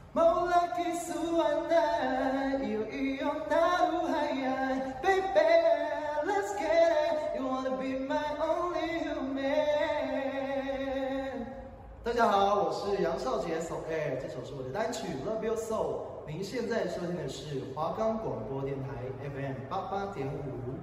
Maulaki suana, iyo naru haya, baby, let's get it. You wanna be my only human. 大家好，我是杨少杰 So Air， 这首是我的单曲 Love Your Soul。您现在收听的是华冈广播电台 FM 88.5。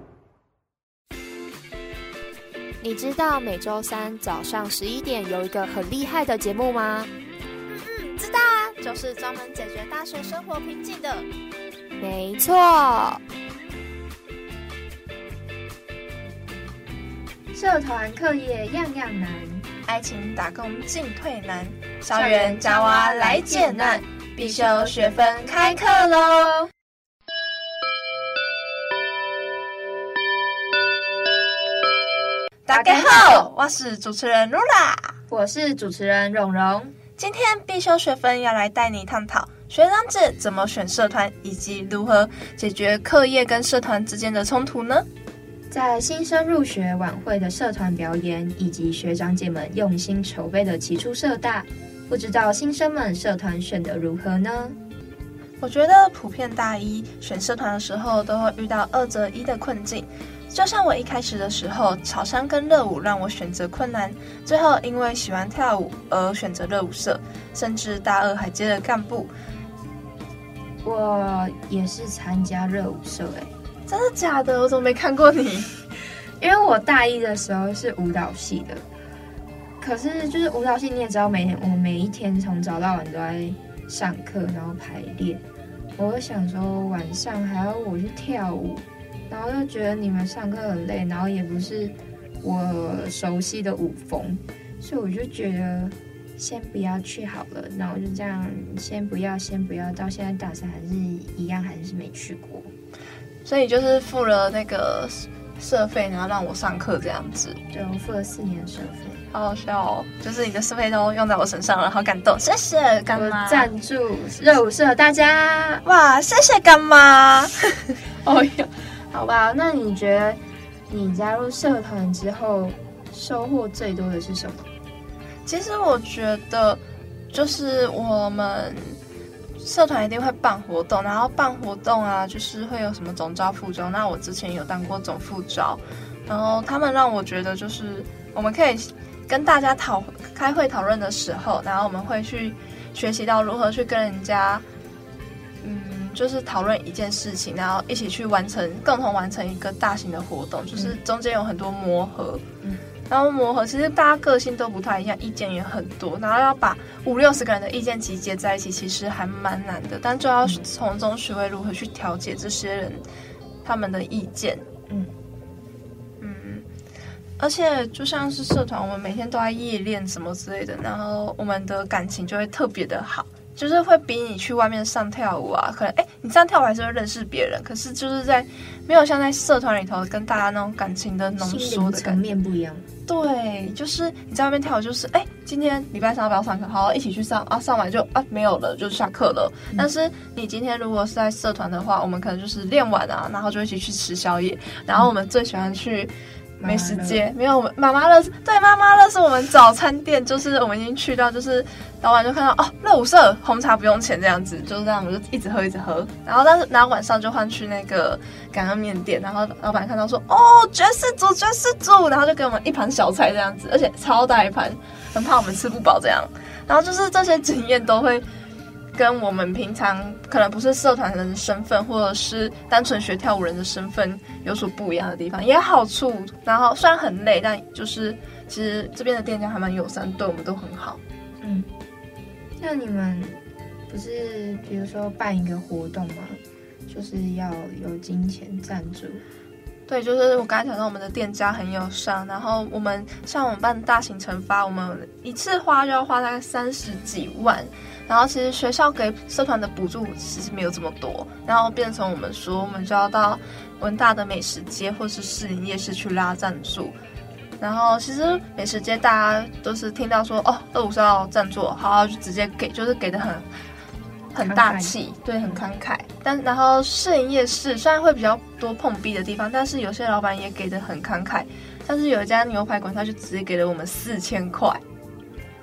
你知道每周三早上11点有一个很厉害的节目吗？ 知道啊，就是专门解决大学生活瓶颈的。 没错， 社团课业样样难， 爱情打工进退难，校园夹娃来解难，必修学分开课喽！大家好，我是主持人 Lula， 我是主持人蓉蓉。 今天必修学分要来带你探讨学长制怎么选社团，以及如何解决课业跟社团之间的冲突呢？ 在新生入学晚会的社团表演，以及学长姐们用心筹备的期初社大，不知道新生们社团选得如何呢？ 我觉得普遍大一选社团的时候都会遇到2择1的困境，就像我一开始的时候，草山跟热舞让我选择困难，最后因为喜欢跳舞而选择热舞社，甚至大2还接了干部。 我也是参加热舞社真的假的？我怎么没看过你？ 因为我大一的时候是舞蹈系的，可是就是舞蹈系你也知道，我每一天从早到晚都在上课，然后排练。我就想说晚上还要我去跳舞，然后又觉得你们上课很累，然后也不是我熟悉的舞风，所以我就觉得先不要去好了。然后就这样先不要，到现在大3还是一样，还是没去过。 所以就是付了那个社费，然后让我上课这样子。 对，我付了4年社费。 好好笑哦！就是你的社费都用在我身上了，好感动，谢谢干妈。 我赞助热舞社大家， 哇，谢谢干妈。 哦哟，好吧，那你觉得你加入社团之后收获最多的是什么？ 其实我觉得就是我们社团一定会办活动，然后办活动啊，就是会有什么总召、副召。那我之前有当过总副召，然后他们让我觉得就是我们可以跟大家开会讨论的时候，然后我们会去学习到如何去跟人家，就是讨论一件事情，然后一起去共同完成一个大型的活动，就是中间有很多磨合。然后磨合，其实大家个性都不太一样，意见也很多，然后要把50-60个人的意见集结在一起，其实还蛮难的。但就要从中学会如何去调节这些人他们的意见。而且就像是社团，我们每天都在夜练什么之类的，然后我们的感情就会特别的好。就是会比你去外面上跳舞啊，可能你这样跳舞还是会认识别人，可是就是没有像在社团里头跟大家那种感情的浓缩的层面不一样。 对，就是你在外面跳舞，就是今天礼拜3要不要上课？好，一起去上啊，上完就没有了，就下课了。但是你今天如果是在社团的话，我们可能就是练完啊，然后就一起去吃宵夜，然后我们最喜欢去美食街，没有妈妈乐，对，妈妈乐是我们早餐店，就是我们已经去到，就是老板就看到热舞社红茶不用钱这样子，就是这样，我们就一直喝，然后晚上就换去那个感恩面店，然后老板看到说爵士组，然后就给我们一盘小菜这样子，而且超大一盘，很怕我们吃不饱这样，然后就是这些经验都会跟我们平常可能不是社团人的身份，或者是单纯学跳舞人的身份有所不一样的地方，也有好处。然后虽然很累，但就是其实这边的店家还蛮友善，对我们都很好。 那你们不是比如说办一个活动吗？就是要有金钱赞助。 对，就是我刚才讲到我们的店家很友善，然后我们办大型惩罚，我们一次花就要花大概30几万。然后其实学校给社团的补助其实没有这么多，然后变成我们说我们就要到文大的美食街或是士林夜市去拉赞助。然后其实美食街大家都是听到说热舞社要赞助，好就直接给，就是给的很大气，对，很慷慨。然后士林夜市虽然会比较多碰壁的地方，但是有些老板也给的很慷慨。但是有一家牛排馆，他就直接给了我们4000块。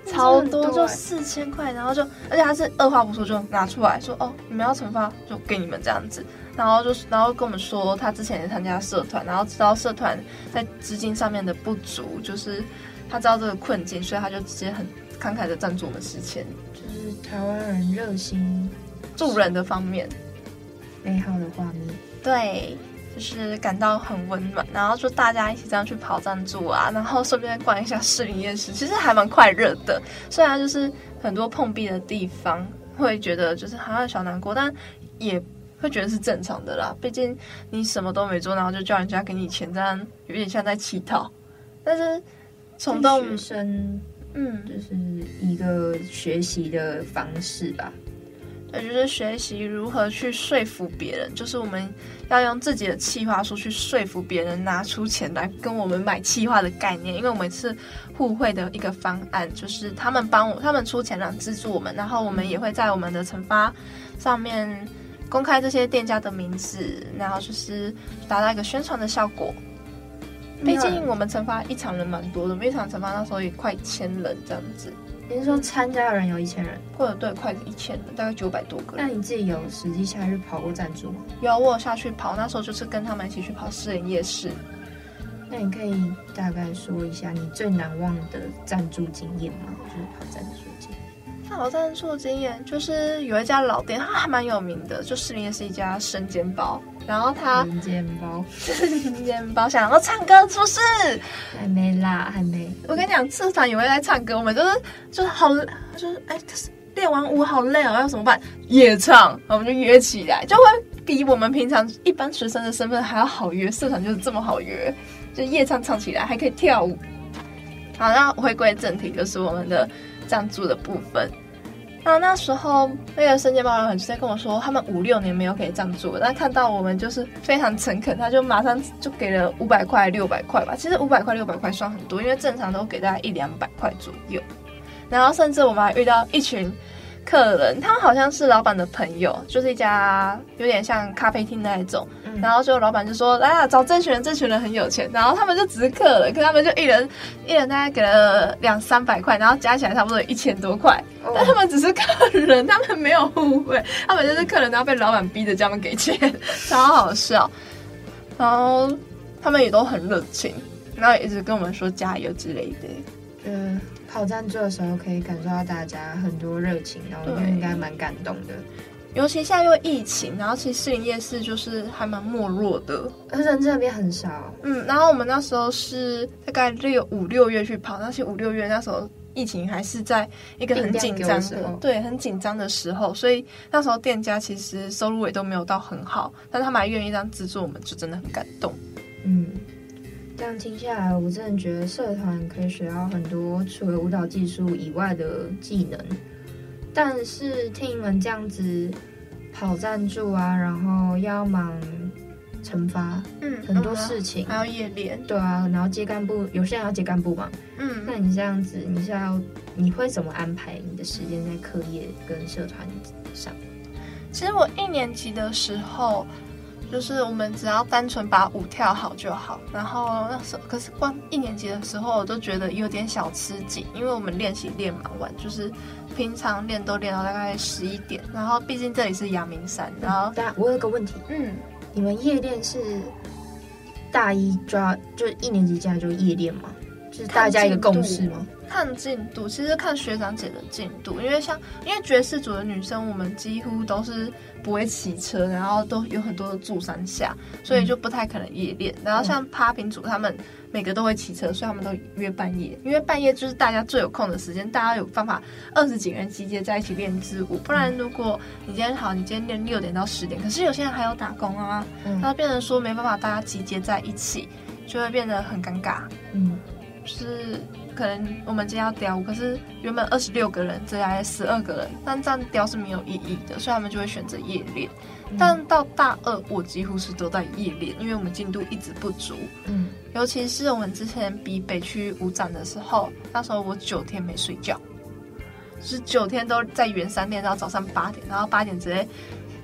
超多，就4000块，然后就而且他是二话不说就拿出来说，哦，你们要惩罚就给你们这样子，然后跟我们说他之前也参加社团，然后知道社团在资金上面的不足，就是他知道这个困境，所以他就直接很慷慨的赞助我们1000， 就是台湾人热心助人的方面， 美好的画面， 对。就是感到很温暖，然后就大家一起这样去跑赞助啊，然后顺便逛一下士林夜市，其实还蛮快乐的。虽然就是很多碰壁的地方，会觉得就是好像小难过，但也会觉得是正常的啦。毕竟你什么都没做，然后就叫人家给你钱，这样有点像在乞讨。但是冲动学生，就是一个学习的方式吧。 对，就是学习如何去说服别人，就是我们要用自己的企划书去说服别人拿出钱来跟我们买企划的概念，因为我们是互惠的一个方案，就是他们出钱来资助我们，然后我们也会在我们的惩罚上面公开这些店家的名字，然后就是达到一个宣传的效果。毕竟我们惩罚一场人蛮多的，我们一场惩罚那时候也快1000人这样子。 你是说参加的人有1000人？ 或者对，快1000人，大概900多个人。 那你自己有实际下去跑过赞助吗？ 有，我有下去跑，那时候就是跟他们一起去跑士林夜市。 那你可以大概说一下你最难忘的赞助经验吗？就是跑赞助经验。 跑赞助经验就是有一家老店，它还蛮有名的，就士林夜市一家生煎包。然后他生煎包想要唱歌是不是？ 还没啦，还没。 我跟你讲，社团也会在唱歌，我们就是好，就是可是练完舞好累哦，要怎么办？夜唱，我们就约起来，就会比我们平常一般学生的身份还要好约。社团就是这么好约，就夜唱唱起来还可以跳舞。好，那回归正题，就是我们的赞助的部分。那时候那个生煎包老板就在跟我说，他们5-6年没有给赞助了，但看到我们就是非常诚恳，他就马上就给了500块、600块吧。其实500块、600块算很多，因为正常都给大概100-200块左右。然后甚至我们还遇到一群客人，他们好像是老板的朋友，就是一家有点像咖啡厅那一种。然后就老板就说：“来啊，找这群人很有钱。”然后他们就只是客人，可他们就一人大概给了200-300块，然后加起来差不多1000多块。但他们只是客人，他们没有互惠，他们就是客人，然后被老板逼着叫他们给钱，超好笑。然后他们也都很热情，然后也一直跟我们说加油之类的。 跑赞助的时候可以感受到大家很多热情，然后应该蛮感动的。 尤其现在因为疫情，然后其实士林夜市就是还蛮没落的， 人这边很少。 然后我们那时候是大概5-6月去跑，那些5-6月那时候疫情还是在一个很紧张的，对，很紧张的时候，所以那时候店家其实收入也都没有到很好，但他们还愿意这样资助我们，就真的很感动。 这样听下来，我真的觉得社团可以学到很多除了舞蹈技术以外的技能。但是听你们这样子跑赞助啊，然后要忙惩罚，很多事情， 还要夜练， 对啊，然后接干部，有些人要接干部嘛，那你这样子，你会怎么安排你的时间在课业跟社团上？ 其实我1年级的时候，就是我们只要单纯把舞跳好就好。然后那时候，可是光1年级的时候，我都觉得有点小吃紧，因为我们练习练蛮晚，就是平常练都练到大概11点。然后毕竟这里是阳明山，然后我有个问题，你们夜练是大一就1年级进来就夜练吗？就是大家一个共识吗？ 看进度，其实看学长姐的进度，因为爵士组的女生，我们几乎都是不会骑车，然后都有很多的住山下，所以就不太可能夜练。然后像popping组，他们每个都会骑车，所以他们都约半夜，因为半夜就是大家最有空的时间，大家有办法20几个人集结在一起练支舞。不然如果你今天练6点到10点，可是有些人还要打工啊，那变成说没办法大家集结在一起，就会变得很尴尬。就是可能我们今天要雕舞，可是原本26个人，这来12个人，但这样雕是没有意义的，所以他们就会选择夜练。但到大2，我几乎是都在夜练，因为我们进度一直不足。尤其是我们之前比北区舞展的时候，那时候我9天没睡觉，就是9天都在圆山练到早上8点，然后8点直接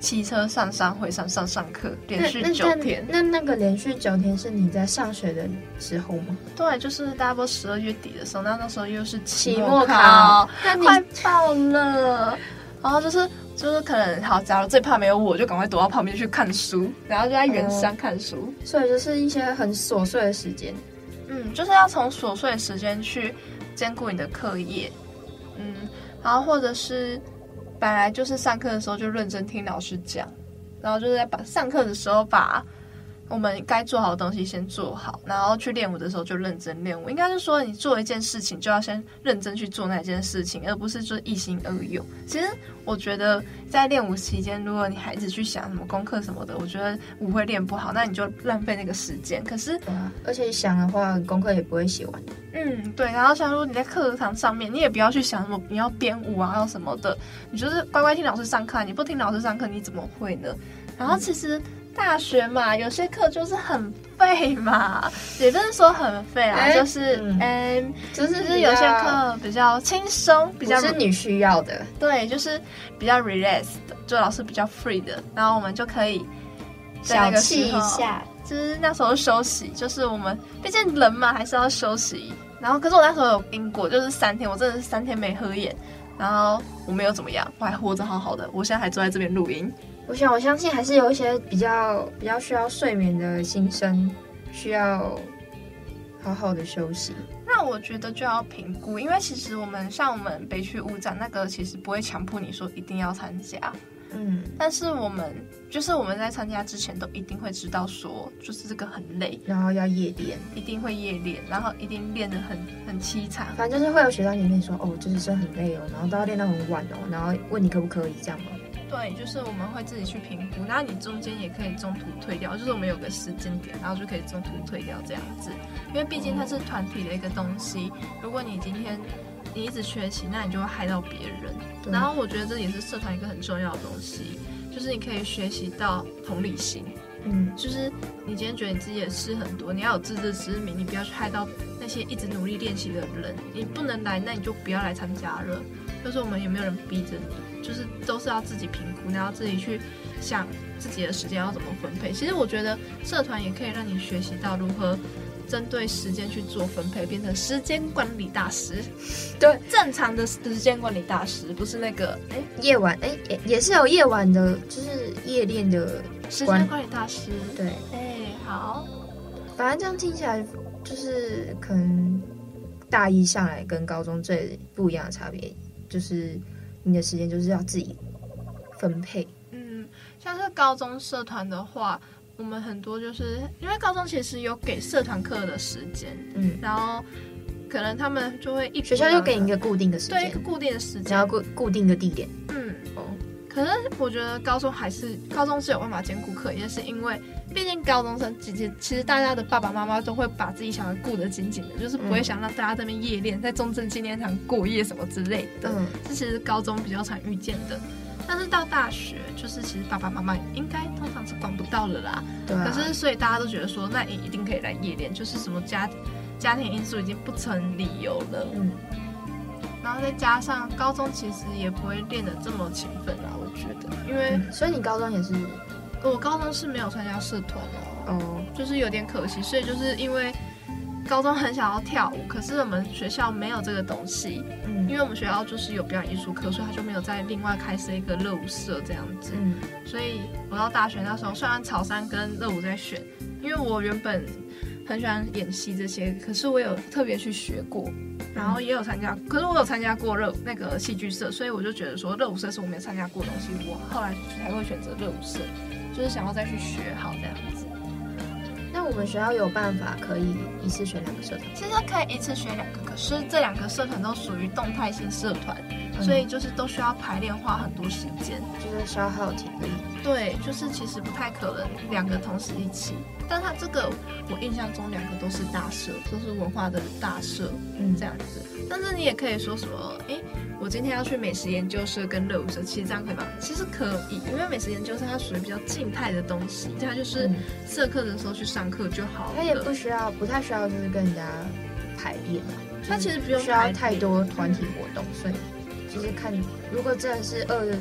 骑车上山回山上上课，连续9天。 那个连续9天是你在上学的时候吗？ 对，就是大概12月底的时候，那时候又是期末末考， 那快爆了。然后就是可能好，假如最怕没有我，就赶快躲到旁边去看书，然后就在圆山看书。 所以就是一些很琐碎的时间。 就是要从琐碎的时间去兼顾你的课业。然后或者是本来就是上课的时候就认真听老师讲，然后就是在上课的时候把我们该做好的东西先做好，然后去练舞的时候就认真练舞。应该是说你做一件事情就要先认真去做那件事情，而不是就是一心二用。其实我觉得在练舞期间，如果你还一直去想什么功课什么的，我觉得舞会练不好，那你就浪费那个时间。可是对啊，而且想的话功课也不会写完。 对，然后像说你在课堂上面，你也不要去想什么你要编舞啊要什么的，你就是乖乖听老师上课，你不听老师上课你怎么会呢？然后其实大学嘛，有些课就是很废嘛，也不是说很废啊，就是有些课比较轻松，比较不是你需要的， 对，就是比较 relax 的，就老师比较 free 的，然后我们就可以小憩一下。 就是那时候休息，就是我们毕竟人嘛还是要休息。然后可是我那时候有因果，就是3天，我真的是3天没合眼，然后我没有怎么样，我还活着好好的，我现在还坐在这边录音。 我相信还是有一些比较需要睡眠的新生，需要好好的休息。 那我觉得就要评估，因为其实我们北区舞展那个其实不会强迫你说一定要参加。但是我们在参加之前都一定会知道说，就是这个很累， 然后要夜练， 一定会夜练，然后一定练得很凄惨。 反正就是会有学长姐妹说，就是真的很累哦，然后都要练到很晚哦，然后问你可不可以这样吗？ 对，就是我们会自己去评估，然后你中间也可以中途退掉，就是我们有个时间点，然后就可以中途退掉这样子。因为毕竟它是团体的一个东西，如果你今天你一直缺席，那你就会害到别人。然后我觉得这也是社团一个很重要的东西，就是你可以学习到同理心。就是你今天觉得你自己的事很多，你要有自知之明，你不要去害到那些一直努力练习的人。你不能来，那你就不要来参加了。就是我们也没有人逼着你，就是都是要自己评估，然后自己去想自己的时间要怎么分配。其实我觉得社团也可以让你学习到如何针对时间去做分配，变成时间管理大师。对，正常的时间管理大师，不是那个夜晚也是有夜晚的，就是夜练的时间管理大师。 对， 好， 反正这样听起来就是可能大一上来跟高中最不一样的差别，就是你的时间就是要自己分配。 像是高中社团的话，我们很多就是因为高中其实有给社团课的时间，然后可能他们就会学校就给你一个固定的时间， 对，一个固定的时间， 然后固定的地点。 可是我觉得高中是有办法兼顾课业，是因为毕竟高中生其实大家的爸爸妈妈都会把自己小孩顾得紧紧的，就是不会想让大家在那边夜练，在中正纪念堂过夜什么之类的。这其实高中比较常遇见的。但是到大学，就是其实爸爸妈妈应该通常是管不到了啦。对啊。可是所以大家都觉得说，那你一定可以来夜练，就是什么家庭因素已经不成理由了。然后再加上高中其实也不会练得这么勤奋啦，我觉得，因为所以你高中也是？ 我高中是没有参加社团就是有点可惜，所以就是因为高中很想要跳舞，可是我们学校没有这个东西，因为我们学校就是有表演艺术课，所以他就没有再另外开设一个热舞社这样子。所以我到大学那时候，虽然草山跟热舞在选，因为我原本很喜欢演戏这些，可是我有特别去学过，然后也有参加，可是我有参加过那个戏剧社，所以我就觉得说热舞社是我没有参加过的东西，我后来才会选择热舞社，就是想要再去学好这样子。 那我们学校有办法可以一次选2个社团？ 其实可以一次选2个，可是这2个社团都属于动态型社团，所以就是都需要排练，花很多时间， 就是消耗体力。 对，就是其实不太可能2个同时一起。但他这个我印象中2个都是大社，都是文化的大社，这样子。但是你也可以说什么，我今天要去美食研究社跟热舞社，其实这样可以吗？其实可以，因为美食研究社它属于比较静态的东西，它就是社课的时候去上课就好了。它也不太需要就是跟人家排练， 它其实不用需要太多团体活动，所以就是看如果真的是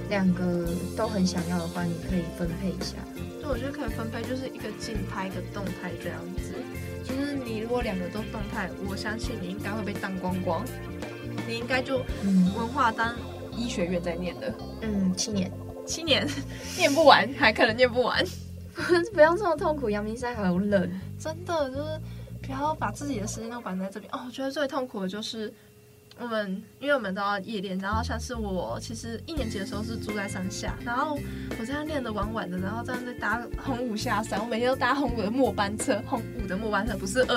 两个都很想要的话，你可以分配一下。 就我觉得可以分配，就是一个静态，一个动态这样子。就是你如果两个都动态，我相信你应该会被当光光，你应该就文化当医学院在念的。7年念不完，还可能念不完。 不用这么痛苦，阳明山好冷， 真的就是不要把自己的时间都绑在这边。我觉得最痛苦的就是因为我们都要夜练，然后像是我其实1年级的时候是住在山下，然后我这样练得晚晚的，然后这样在搭红5下山，我每天都搭红5的末班车，红5的末班车不是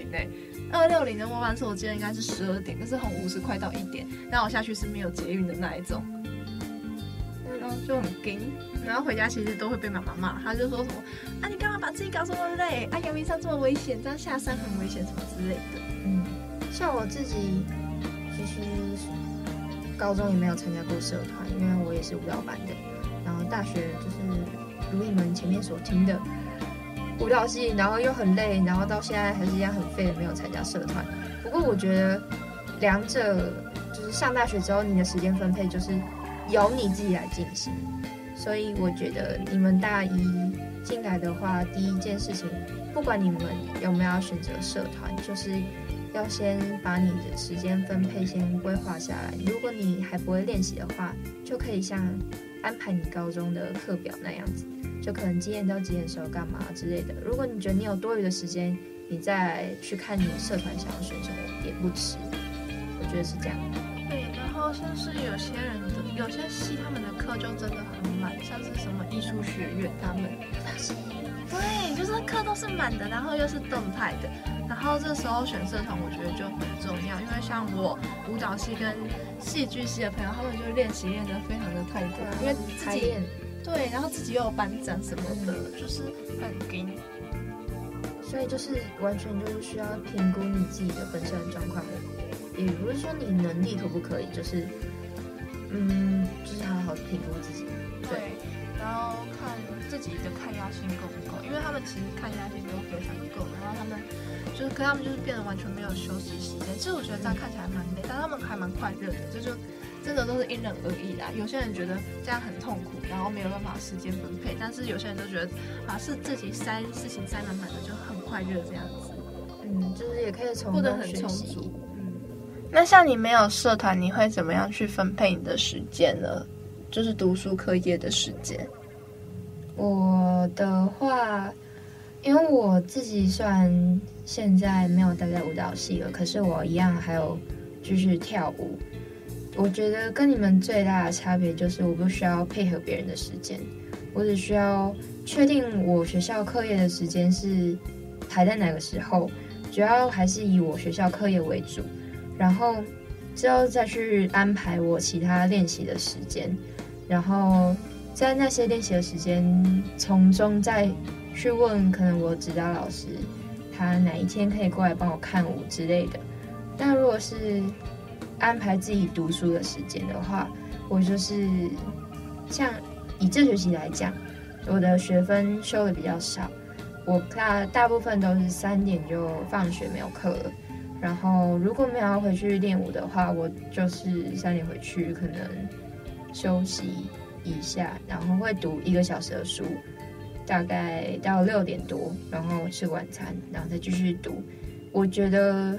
260260的末班车我记得应该是12点，可是红5是快到1点，然后我下去是没有捷运的那一种，然后就很惊，然后回家其实都会被妈妈骂，她就说什么啊你干嘛把自己搞这么累啊，阳明山这么危险，这样下山很危险什么之类的。 像我自己其实高中也没有参加过社团，因为我也是舞蹈班的，然后大学就是如你们前面所听的舞蹈系，然后又很累，然后到现在还是一样很废的没有参加社团。不过我觉得两者就是上大学之后你的时间分配就是由你自己来进行，所以我觉得你们大一进来的话，第一件事情不管你们有没有要选择社团，就是要先把你的时间分配先规划下来。如果你还不会练习的话，就可以像安排你高中的课表那样子，就可能几点到几点的时候干嘛之类的。如果你觉得你有多余的时间，你再去看你的社团想要选什么也不迟，我觉得是这样。 对，然后像是有些系他们的课就真的很满，像是什么艺术学院他们，对，就是课都是满的，然后又是动态的，然后这时候选社团我觉得就很重要，因为像我舞蹈系跟戏剧系的朋友，他们就练习练得非常的太多，因为自己对，然后自己又有班长什么的，就是很紧。 所以就是完全就是需要评估你自己的本身的状况，也不是说你能力可不可以，就是就是好好评估自己。 对，然后看自己的抗压性够不够，因为他们其实抗压性都非常够，然后他们就是变得完全没有休息时间。其实我觉得这样看起来蛮累，但他们还蛮快乐的，这就真的都是因人而异啦。有些人觉得这样很痛苦，然后没有办法时间分配，但是有些人就觉得是自己事情塞满满的就很快乐这样子。 就是也可以过得很充足。那像你没有社团，你会怎么样去分配你的时间呢？就是读书课业的时间。 我的话，因为我自己虽然现在没有待在舞蹈系了，可是我一样还有继续跳舞。我觉得跟你们最大的差别就是我不需要配合别人的时间，我只需要确定我学校课业的时间是排在哪个时候，主要还是以我学校课业为主，然后之后再去安排我其他练习的时间，然后在那些练习的时间从中再去问可能我指导老师他哪一天可以过来帮我看舞之类的。但如果是安排自己读书的时间的话，我就是像以这学期来讲，我的学分修的比较少，我大部分都是3点就放学没有课了，然后如果没有要回去练舞的话，我就是3点回去可能休息一下，然后会读1个小时的书，大概到6点多，然后吃晚餐，然后再继续读。我觉得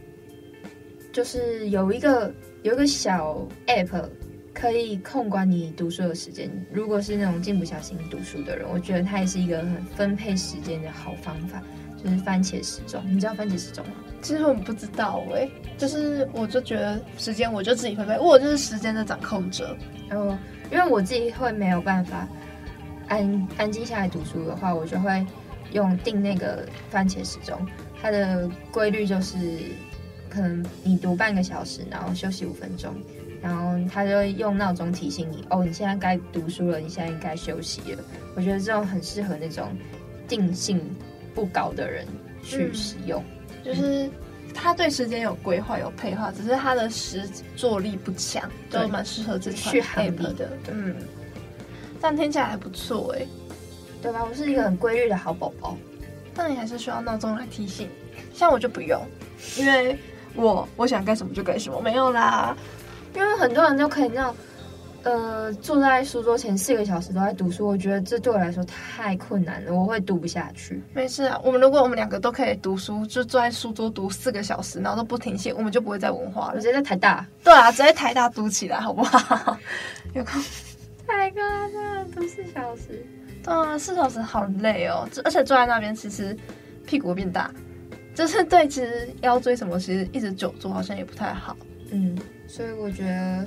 就是有一个小 app 可以控管你读书的时间。如果是那种静不下心读书的人，我觉得它也是一个很分配时间的好方法，就是番茄时钟。你知道番茄时钟吗？ 其实我不知道就是我就觉得时间我就自己分配，我就是时间的掌控者。 然后因为我自己会没有办法安静下来读书的话，我就会定那个番茄时钟。它的规律就是可能你读半个小时，然后休息5分钟，然后他就会用闹钟提醒你，你现在该读书了，你现在应该休息了。我觉得这种很适合那种定性不高的人去使用， 就是他对时间有规划有配合，只是他的实作力不强，就蛮适合这款 app 的。这样听起来还不错对吧？我是一个很规律的好宝宝。 但你还是需要闹钟来提醒，像我就不用，因为我想干什么就干什么，没有啦。 因为很多人都可以那种坐在书桌前4个小时都在读书，我觉得这对我来说太困难了，我会读不下去。 没事啊，如果我们2个都可以读书，就坐在书桌读4个小时，然后都不停歇，我们就不会再文化了。 我直接在台大。 对啊，直接台大读起来好不好？有空。 太夸张了，读4小时。 对啊，4小时好累哦，而且坐在那边其实屁股会变大，就是对，其实腰椎什么，其实一直久坐好像也不太好。 所以我觉得，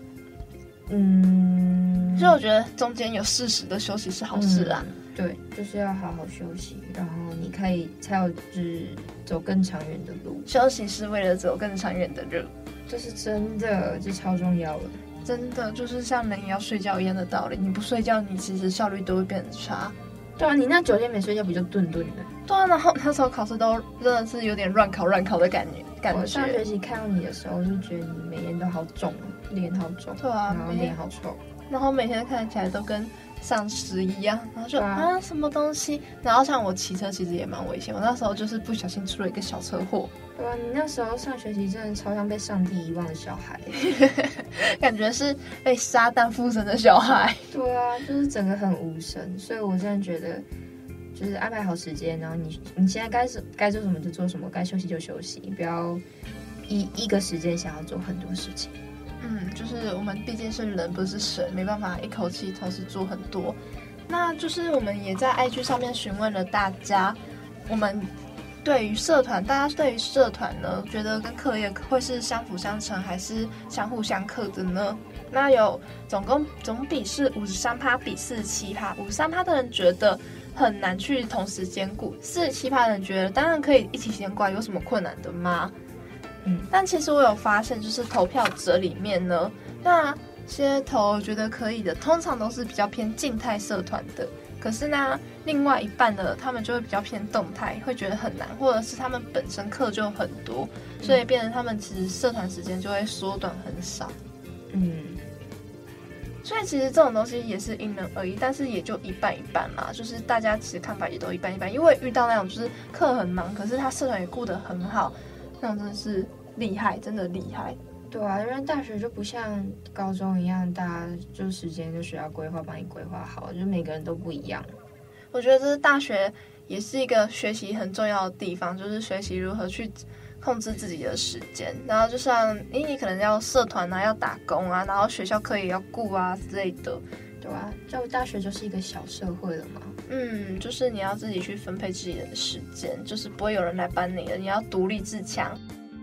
所以我觉得中间有适时的休息是好事啊。 对，就是要好好休息，然后你才有就是走更长远的路。 休息是为了走更长远的路， 这是真的，这超重要的。 真的就是像人也要睡觉一样的道理，你不睡觉，你其实效率都会变差。 对啊，你那9天没睡觉，不就顿顿的？ 对啊，然后那时候考试都真的是有点乱考的感觉。 我上学期看到你的时候，就觉得你每天都好肿，脸好肿， 对啊， 然后脸好臭， 然后每天看起来都跟丧尸一样，然后就什么东西。然后像我骑车其实也蛮危险，我那时候就是不小心出了一个小车祸。 对啊，你那时候上学期真的超像被上帝遗忘的小孩， 感觉是被撒旦附身的小孩。 对啊，就是整个很无神，所以我真的觉得，就是安排好时间，然后你现在该做什么就做什么，该休息就休息，不要一个时间想要做很多事情。 就是我们毕竟是人，不是神，没办法一口气同时做很多。那就是我们也在 IG 上面询问了大家，我们对于社团，大家对于社团呢，觉得跟课业会是相辅相成，还是相互相克的呢？那有总比是53%比47%，53%的人觉得很难去同时兼顾，47%的人觉得当然可以一起兼顾，有什么困难的吗？但其实我有发现，就是投票者里面呢，那些觉得可以的，通常都是比较偏静态社团的。可是呢，另外一半的他们就会比较偏动态，会觉得很难，或者是他们本身课就很多，所以变成他们其实社团时间就会缩短很少。所以其实这种东西也是因人而异，但是也就一半一半啦，就是大家其实看法也都一半一半。因为遇到那种就是课很忙，可是他社团也顾得很好，那种真的是厉害，真的厉害。 对啊，因为大学就不像高中一样，大家就时间就学校规划帮你规划好，就每个人都不一样。 我觉得这是大学也是一个学习很重要的地方，就是学习如何去控制自己的时间。然后就像你可能要社团啊，要打工啊，然后学校课也要顾啊之类的。 对啊，就大学就是一个小社会了嘛。 就是你要自己去分配自己的时间，就是不会有人来帮你的，你要独立自强。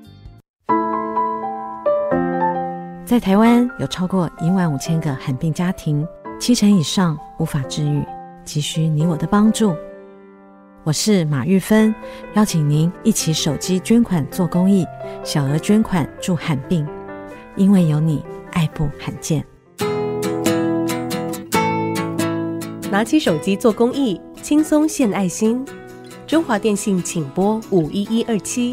在台湾有超过15000个罕病家庭，70%以上无法治愈，急需你我的帮助。我是马玉芬，邀请您一起手机捐款做公益，小额捐款助罕病，因为有你，爱不罕见。 拿起手机做公益，轻松献爱心。中华电信请拨51127。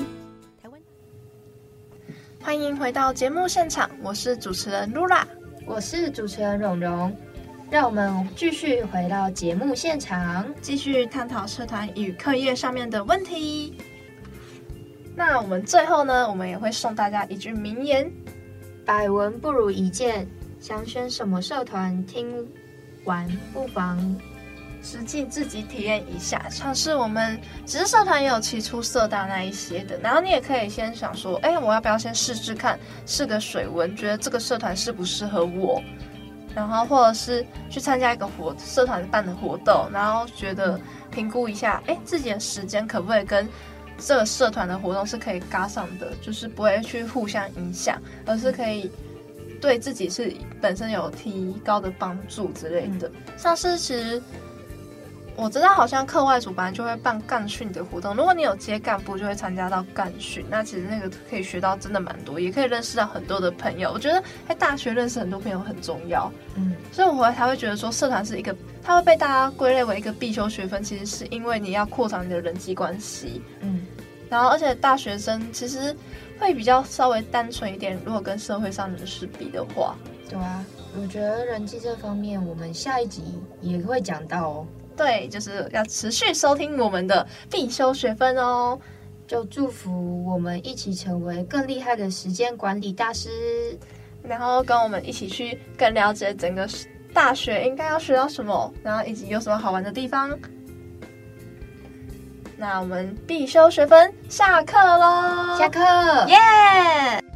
欢迎回到节目现场，我是主持人 Lula， 我是主持人蓉蓉。让我们继续回到节目现场， 继续探讨社团与课业上面的问题。那我们最后呢，我们也会送大家一句名言： 百闻不如一见，想选什么社团，听完不妨实际自己体验一下。像是我们只是社团也有起初社大那一些的，然后你也可以先想说，我要不要先试试看，试个水温，觉得这个社团适不适合我，然后或者是去参加一个社团办的活动，然后觉得评估一下，自己的时间可不可以跟这个社团的活动是可以搭上的，就是不会去互相影响，而是可以对自己是本身有提高的帮助之类的。像是其实我知道好像课外组本来就会办干训的活动，如果你有接干部就会参加到干训，那其实那个可以学到真的蛮多，也可以认识到很多的朋友。我觉得在大学认识很多朋友很重要，所以我才会觉得说社团是一个，它会被大家归类为一个必修学分，其实是因为你要扩展你的人际关系。然后而且大学生其实会比较稍微单纯一点，如果跟社会上人士比的话。 对啊，我觉得人际这方面我们下一集也会讲到哦。 对，就是要持续收听我们的必修学分哦。 就祝福我们一起成为更厉害的时间管理大师。 然后跟我们一起去更了解整个大学应该要学到什么，然后以及有什么好玩的地方。那我们必修学分下课喽！ 下课， 耶！